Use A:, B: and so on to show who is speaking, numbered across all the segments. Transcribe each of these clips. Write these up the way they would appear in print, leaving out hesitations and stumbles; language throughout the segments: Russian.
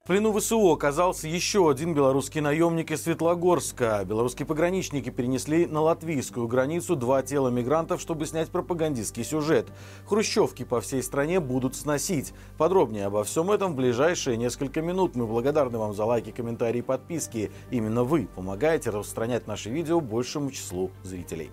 A: В плену ВСУ оказался еще один белорусский наемник из Светлогорска. Белорусские пограничники перенесли на латвийскую границу 2 тела мигрантов, чтобы снять пропагандистский сюжет. Хрущевки по всей стране будут сносить. Подробнее обо всем этом в ближайшие несколько минут. Мы благодарны вам за лайки, комментарии и подписки. Именно вы помогаете распространять наши видео большему числу зрителей.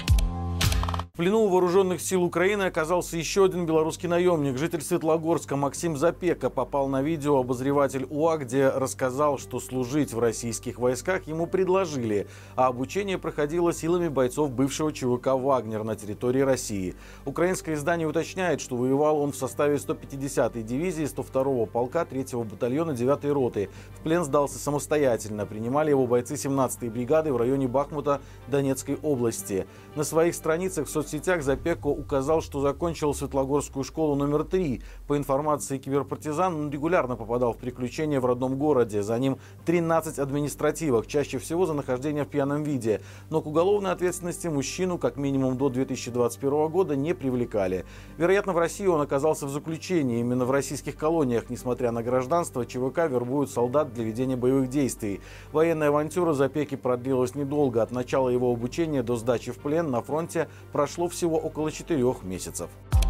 A: В плену у вооруженных сил Украины оказался еще один белорусский наемник. Житель Светлогорска Максим Запека попал на видео обозреватель УА, где рассказал, что служить в российских войсках ему предложили, а обучение проходило силами бойцов бывшего ЧВК «Вагнер» на территории России. Украинское издание уточняет, что воевал он в составе 150-й дивизии 102-го полка 3-го батальона 9-й роты. В плен сдался самостоятельно. Принимали его бойцы 17-й бригады в районе Бахмута Донецкой области. На своих страницах в соцсетях Запека указал, что закончил Светлогорскую школу номер 3. По информации киберпартизан, он регулярно попадал в приключения в родном городе. За ним 13 административок, чаще всего за нахождение в пьяном виде. Но к уголовной ответственности мужчину как минимум до 2021 года не привлекали. Вероятно, в России он оказался в заключении. Именно в российских колониях, несмотря на гражданство, ЧВК вербуют солдат для ведения боевых действий. Военная авантюра Запеки продлилась недолго. От начала его обучения до сдачи в плен на фронте прошло всего около 4 месяцев.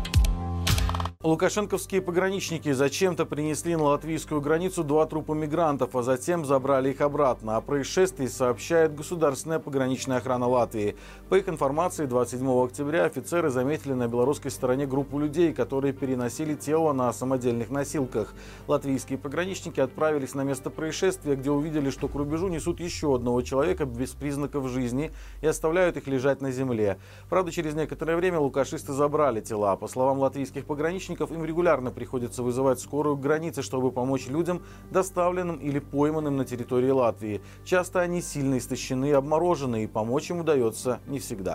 A: Лукашенковские пограничники зачем-то принесли на латвийскую границу 2 трупа мигрантов, а затем забрали их обратно. О происшествии сообщает Государственная пограничная охрана Латвии. По их информации, 27 октября офицеры заметили на белорусской стороне группу людей, которые переносили тело на самодельных носилках. Латвийские пограничники отправились на место происшествия, где увидели, что к рубежу несут еще одного человека без признаков жизни и оставляют их лежать на земле. Правда, через некоторое время лукашисты забрали тела. По словам латвийских пограничников, им регулярно приходится вызывать скорую к границе, чтобы помочь людям, доставленным или пойманным на территории Латвии. Часто они сильно истощены и обморожены, и помочь им удается не всегда.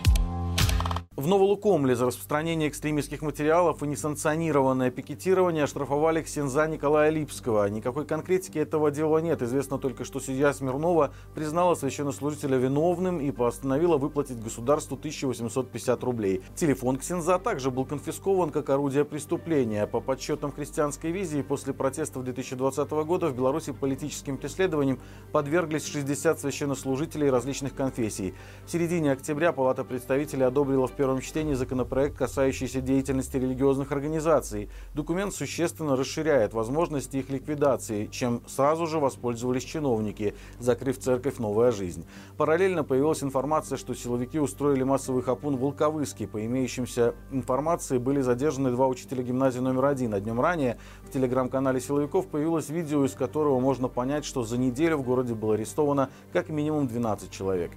A: В Новолукомле за распространение экстремистских материалов и несанкционированное пикетирование оштрафовали ксенза Николая Липского. Никакой конкретики этого дела нет. Известно только, что судья Смирнова признала священнослужителя виновным и постановила выплатить государству 1850 рублей. Телефон ксенза также был конфискован как орудие преступления. По подсчетам Христианской визии, после протестов 2020 года в Беларуси политическим преследованиям подверглись 60 священнослужителей различных конфессий. В середине октября Палата представителей одобрила в первом чтении законопроект, касающийся деятельности религиозных организаций. Документ существенно расширяет возможности их ликвидации, чем сразу же воспользовались чиновники, закрыв церковь «Новая жизнь». Параллельно появилась информация, что силовики устроили массовый хапун в Волковыске. По имеющимся информации были задержаны 2 учителя гимназии номер 1. А днем ранее в телеграм-канале силовиков появилось видео, из которого можно понять, что за неделю в городе было арестовано как минимум 12 человек.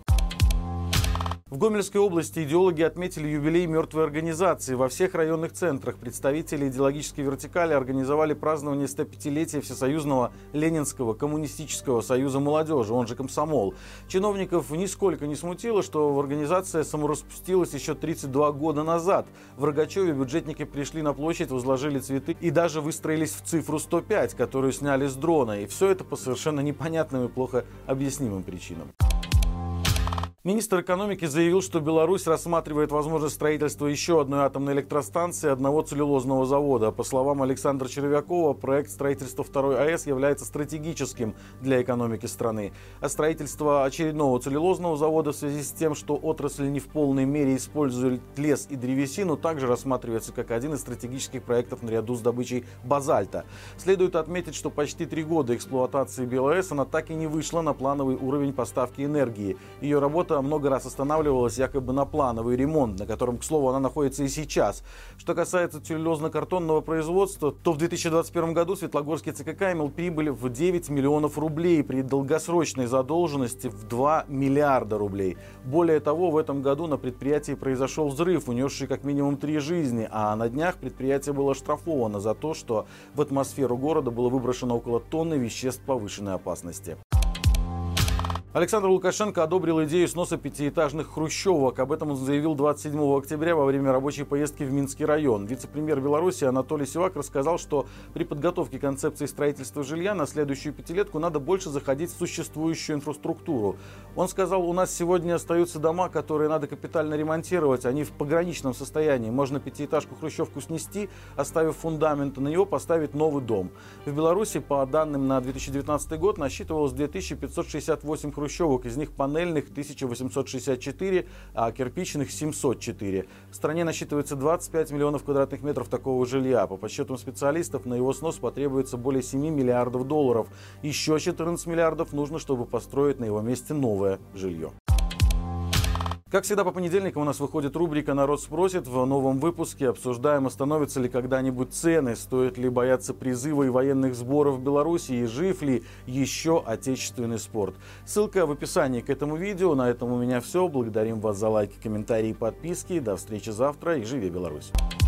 A: В Гомельской области идеологи отметили юбилей мертвой организации. Во всех районных центрах представители идеологической вертикали организовали празднование 105-летия Всесоюзного Ленинского коммунистического союза молодежи, он же комсомол. Чиновников нисколько не смутило, что организация самораспустилась еще 32 года назад. В Рогачеве бюджетники пришли на площадь, возложили цветы и даже выстроились в цифру 105, которую сняли с дрона. И все это по совершенно непонятным и плохо объяснимым причинам. Министр экономики заявил, что Беларусь рассматривает возможность строительства еще одной атомной электростанции и одного целлюлозного завода. По словам Александра Червякова, проект строительства 2-й АЭС является стратегическим для экономики страны. А строительство очередного целлюлозного завода в связи с тем, что отрасль не в полной мере использует лес и древесину, также рассматривается как один из стратегических проектов наряду с добычей базальта. Следует отметить, что почти 3 года эксплуатации БелАЭС она так и не вышла на плановый уровень поставки энергии. Ее работа много раз останавливалась якобы на плановый ремонт, на котором, к слову, она находится и сейчас. Что касается целлюлозно-картонного производства, то в 2021 году Светлогорский ЦКК имел прибыль в 9 миллионов рублей при долгосрочной задолженности в 2 миллиарда рублей. Более того, в этом году на предприятии произошел взрыв, унесший как минимум 3 жизни, а на днях предприятие было оштрафовано за то, что в атмосферу города было выброшено около тонны веществ повышенной опасности. Александр Лукашенко одобрил идею сноса пятиэтажных хрущевок. Об этом он заявил 27 октября во время рабочей поездки в Минский район. Вице-премьер Беларуси Анатолий Сивак рассказал, что при подготовке концепции строительства жилья на следующую пятилетку надо больше заходить в существующую инфраструктуру. Он сказал, у нас сегодня остаются дома, которые надо капитально ремонтировать. Они в пограничном состоянии. Можно пятиэтажку-хрущевку снести, оставив фундамент, на него поставить новый дом. В Беларуси, по данным на 2019 год, насчитывалось 2568 хрущевок, из них панельных 1864, а кирпичных 704. В стране насчитывается 25 миллионов квадратных метров такого жилья. По подсчетам специалистов, на его снос потребуется более 7 миллиардов долларов. Еще 14 миллиардов нужно, чтобы построить на его месте новое жилье. Как всегда, по понедельникам у нас выходит рубрика «Народ спросит». В новом выпуске обсуждаем, остановятся ли когда-нибудь цены, стоит ли бояться призыва и военных сборов в Беларуси, и жив ли еще отечественный спорт. Ссылка в описании к этому видео. На этом у меня все. Благодарим вас за лайки, комментарии и подписки. До встречи завтра и живи Беларусь!